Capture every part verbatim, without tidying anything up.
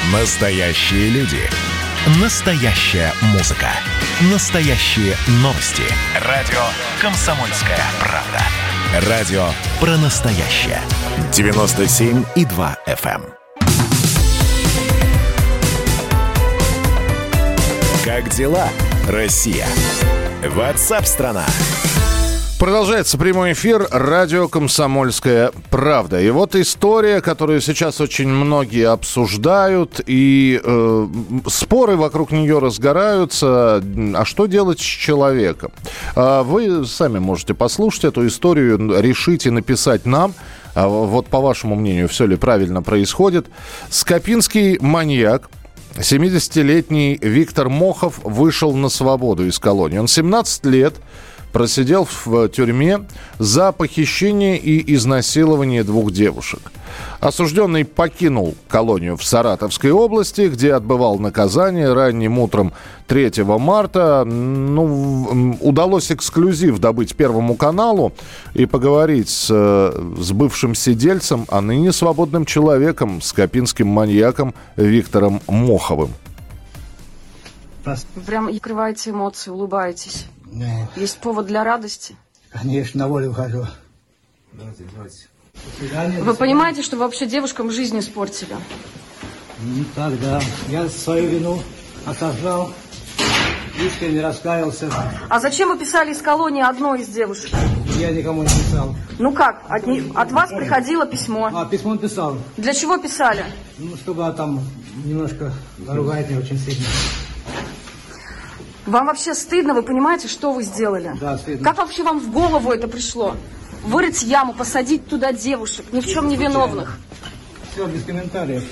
Настоящие люди. Настоящая музыка. Настоящие новости. Радио «Комсомольская правда». Радио про настоящее. девяносто семь и два эф эм. Как дела, Россия? Ватсап-страна! Продолжается прямой эфир радио «Комсомольская правда». И вот история, которую сейчас очень многие обсуждают, и э, споры вокруг нее разгораются. А что делать с человеком? А вы сами можете послушать эту историю, решить и написать нам. А вот по вашему мнению, все ли правильно происходит. Скопинский маньяк, семидесятилетний Виктор Мохов, вышел на свободу из колонии. Он семнадцать лет просидел в тюрьме за похищение и изнасилование двух девушек. Осужденный покинул колонию в Саратовской области, где отбывал наказание. Ранним утром третьего марта ну, удалось эксклюзив добыть Первому каналу и поговорить с, с бывшим сидельцем, а ныне свободным человеком, скопинским маньяком Виктором Моховым. Вы прям открываете эмоции, улыбаетесь. Нет. Есть повод для радости? Конечно, на волю ухожу. Давайте, давайте. До свидания, Вы понимаете, что вы вообще девушкам жизнь испортили? Ну так, да. Я свою вину осознал, искренне раскаялся. А зачем вы писали из колонии одной из девушек? Я никому не писал. Ну как? От, не... От вас приходило письмо. А, письмо писал. Для чего писали? Ну, чтобы она там немножко ругает меня очень сильно. Вам вообще стыдно? Вы понимаете, что вы сделали? Да, стыдно. Как вообще вам в голову это пришло? Вырыть яму, посадить туда девушек, ни в чем не виновных. Все, без комментариев.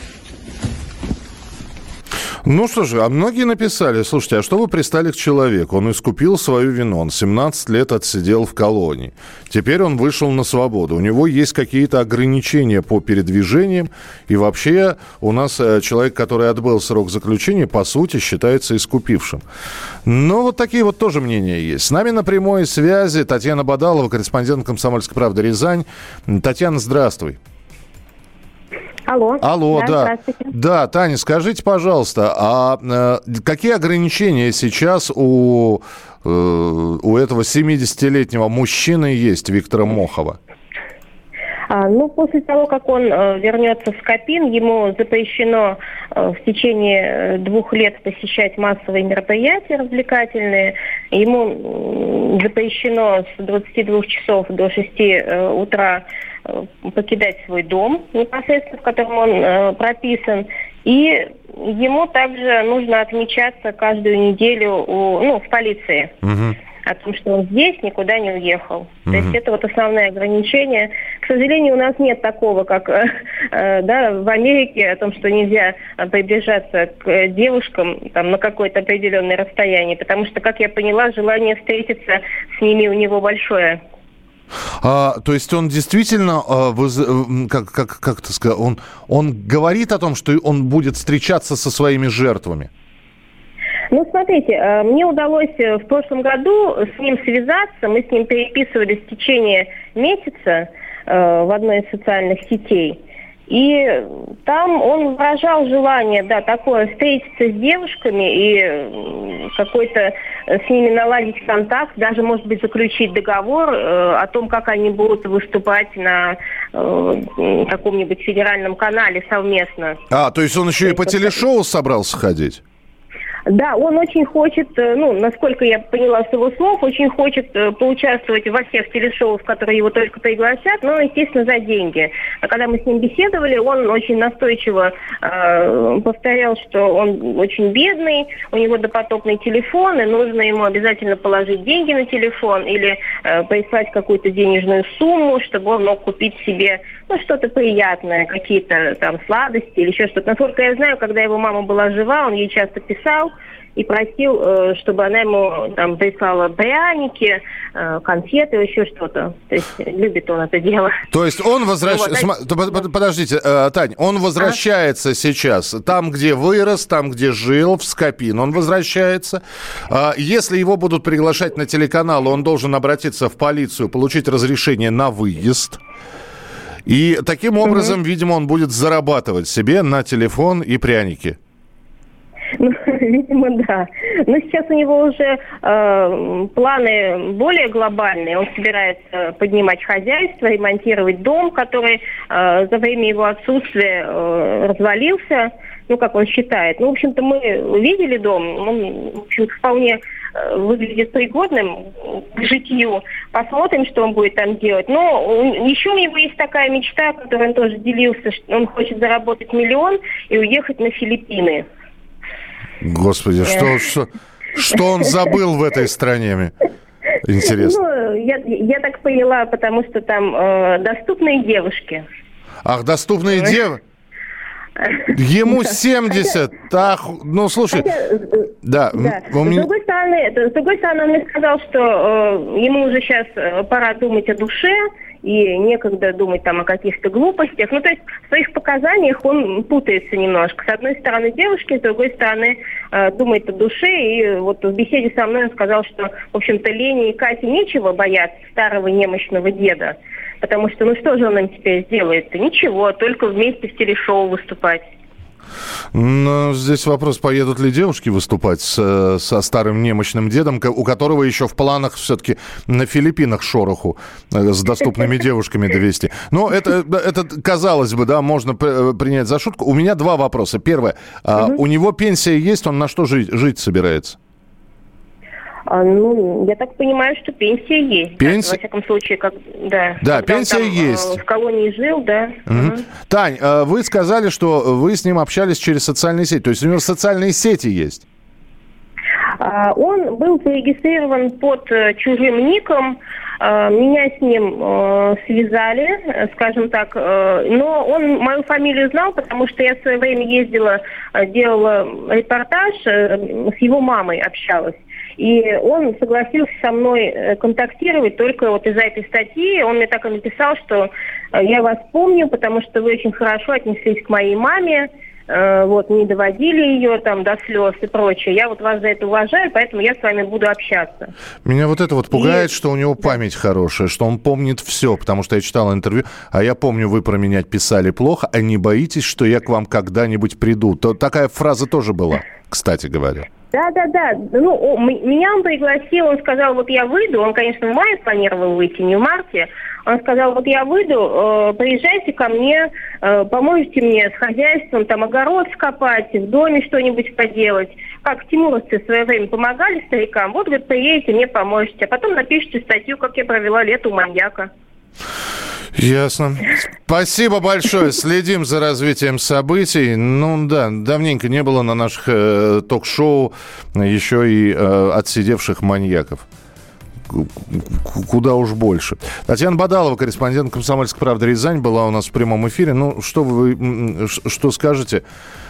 Ну что же, а многие написали: слушайте, а что вы пристали к человеку? Он искупил свою вину, он семнадцать лет отсидел в колонии. Теперь он вышел на свободу. У него есть какие-то ограничения по передвижениям. И вообще у нас человек, который отбыл срок заключения, по сути, считается искупившим. Но вот такие вот тоже мнения есть. С нами на прямой связи Татьяна Бадалова, корреспондент «Комсомольской правды» Рязань. Татьяна, здравствуй. Алло. Алло, да. Да, да, Таня, скажите, пожалуйста, а э, какие ограничения сейчас у, э, у этого семидесятилетнего мужчины есть, Виктора Мохова? А, ну, после того, как он э, вернется в Скопин, ему запрещено э, в течение двух лет посещать массовые мероприятия развлекательные. Ему э, запрещено с двадцати двух часов до шести э, утра покидать свой дом, непосредственно в котором он э, прописан. И ему также нужно отмечаться каждую неделю у, ну, в полиции. Угу. О том, что он здесь, никуда не уехал. Mm-hmm. То есть это вот основное ограничение. К сожалению, у нас нет такого, как э, э, да, в Америке, о том, что нельзя приближаться к девушкам там, на какое-то определенное расстояние, потому что, как я поняла, желание встретиться с ними у него большое. А, то есть он действительно, а, воз, как, как, как ты сказал, он, он говорит о том, что он будет встречаться со своими жертвами? Ну, смотрите, мне удалось в прошлом году с ним связаться, мы с ним переписывались в течение месяца э, в одной из социальных сетей. И там он выражал желание, да, такое, встретиться с девушками и какой-то с ними наладить контакт, даже, может быть, заключить договор э, о том, как они будут выступать на э, каком-нибудь федеральном канале совместно. А, то есть он еще и по телешоу собрался ходить? Да, он очень хочет, ну, насколько я поняла с его слов, очень хочет поучаствовать во всех телешоу, в которые его только пригласят, но, естественно, за деньги. А когда мы с ним беседовали, он очень настойчиво э, повторял, что он очень бедный, у него допотопный телефон, и нужно ему обязательно положить деньги на телефон или э, прислать какую-то денежную сумму, чтобы он мог купить себе, ну, что-то приятное, какие-то там сладости или еще что-то. Насколько я знаю, когда его мама была жива, он ей часто писал и просил, чтобы она ему там прислала пряники, конфеты, еще что-то. То есть любит он это дело. То есть он возвращается... Вот, подождите, Тань, он возвращается а? сейчас там, где вырос, там, где жил, в Скопин. Он возвращается. Если его будут приглашать на телеканал, он должен обратиться в полицию, получить разрешение на выезд. И таким образом, mm-hmm. видимо, он будет зарабатывать себе на телефон и пряники. Ну, видимо, да. Но сейчас у него уже э, планы более глобальные. Он собирается поднимать хозяйство, ремонтировать дом, который э, за время его отсутствия э, развалился. Ну, как он считает. Ну, в общем-то, мы видели дом. Он, в общем, вполне э, выглядит пригодным к житью. Посмотрим, что он будет там делать. Но еще у него есть такая мечта, которой он тоже делился, что он хочет заработать миллион и уехать на Филиппины. Господи, что, что, что он забыл в этой стране? Интересно. Ну, я, я так поняла, потому что там э, доступные девушки. Ах, доступные девушки? Ему семьдесят. Ах, ну, слушай. Хотя, да. да. У меня... С другой стороны, с другой стороны, он мне сказал, что э, ему уже сейчас пора думать о душе, и некогда думать там о каких-то глупостях. Ну, то есть в своих показаниях он путается немножко. С одной стороны девушки, с другой стороны э, думает о душе. И вот в беседе со мной он сказал, что, в общем-то, Лене и Кате нечего бояться старого немощного деда. Потому что, ну что же он им теперь сделает-то? Ничего, только вместе в телешоу выступать. Но здесь вопрос, поедут ли девушки выступать с, со старым немощным дедом, у которого еще в планах все-таки на Филиппинах шороху с доступными девушками довести. Но это, это, казалось бы, да, можно принять за шутку. У меня два вопроса. Первое. Угу. У него пенсия есть, он на что жить, жить собирается? А, ну, я так понимаю, что пенсия есть. Пенсия? Да, во всяком случае, как, да. Да, Когда пенсия он там, есть. В колонии жил, да. Угу. Угу. Тань, вы сказали, что вы с ним общались через социальные сети. То есть у него социальные сети есть? А, он был зарегистрирован под чужим ником. Меня с ним э, связали, скажем так, э, но он мою фамилию знал, потому что я в свое время ездила, делала репортаж, э, с его мамой общалась. И он согласился со мной контактировать только вот из-за этой статьи. Он мне так и написал, что я вас помню, потому что вы очень хорошо отнеслись к моей маме, вот, не доводили ее там до слез и прочее. Я вот вас за это уважаю, поэтому я с вами буду общаться. Меня вот это вот пугает, и... что у него память хорошая, что он помнит все, потому что я читал интервью, а я помню, вы про меня писали плохо, а не боитесь, что я к вам когда-нибудь приду? То, такая фраза тоже была, кстати говоря. Да, да, да. Ну, меня он пригласил, он сказал, вот я выйду, он, конечно, в мае планировал выйти, не в марте. Он сказал, вот я выйду, э, приезжайте ко мне, э, поможете мне с хозяйством, там, огород скопать, в доме что-нибудь поделать. Как тимуровцы в свое время помогали старикам, вот, говорит, приедете, мне поможете. А потом напишите статью, как я провела лето у маньяка. Ясно. Спасибо большое. Следим за развитием событий. Ну да, давненько не было на наших э, ток-шоу еще и э, отсидевших маньяков. Куда уж больше. Татьяна Бадалова, корреспондент «Комсомольской правды» Рязань, была у нас в прямом эфире. Ну, что вы что скажете?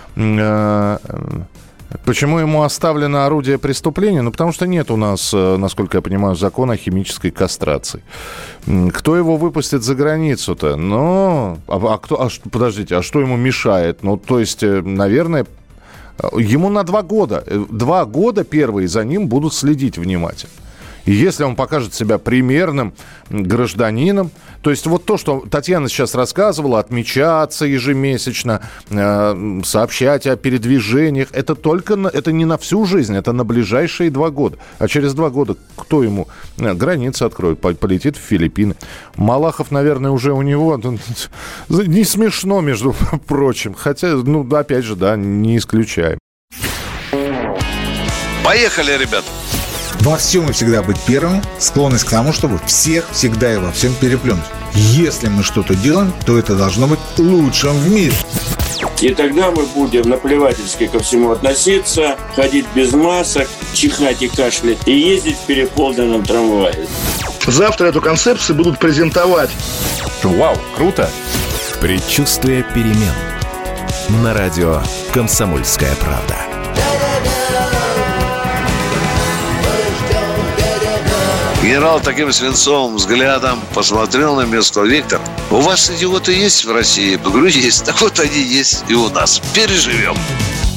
Почему ему оставлено орудие преступления? Ну, потому что нет у нас, насколько я понимаю, закона о химической кастрации. Кто его выпустит за границу-то? Ну, а, а кто, а, подождите, а что ему мешает? Ну, то есть, наверное, ему на два года. Два года первые за ним будут следить внимательно. И если он покажет себя примерным гражданином, то есть вот то, что Татьяна сейчас рассказывала, отмечаться ежемесячно, э, сообщать о передвижениях, это только на, это не на всю жизнь, это на ближайшие два года. А через два года кто ему границы откроет, полетит в Филиппины. Малахов, наверное, уже у него не смешно, между прочим. Хотя, ну, опять же, да, не исключаем. Поехали, ребят! Во всем и всегда быть первым, склонность к тому, чтобы всех, всегда и во всем переплюнуть. Если мы что-то делаем, то это должно быть лучшим в мире. И тогда мы будем наплевательски ко всему относиться, ходить без масок, чихать и кашлять, и ездить в переполненном трамвае. Завтра эту концепцию будут презентовать. Вау, круто! Предчувствие перемен. На радио «Комсомольская правда». Генерал таким свинцовым взглядом посмотрел на меня и сказал: Виктор, у вас идиоты есть в России? Я говорю, есть. Так вот они есть и у нас. Переживем.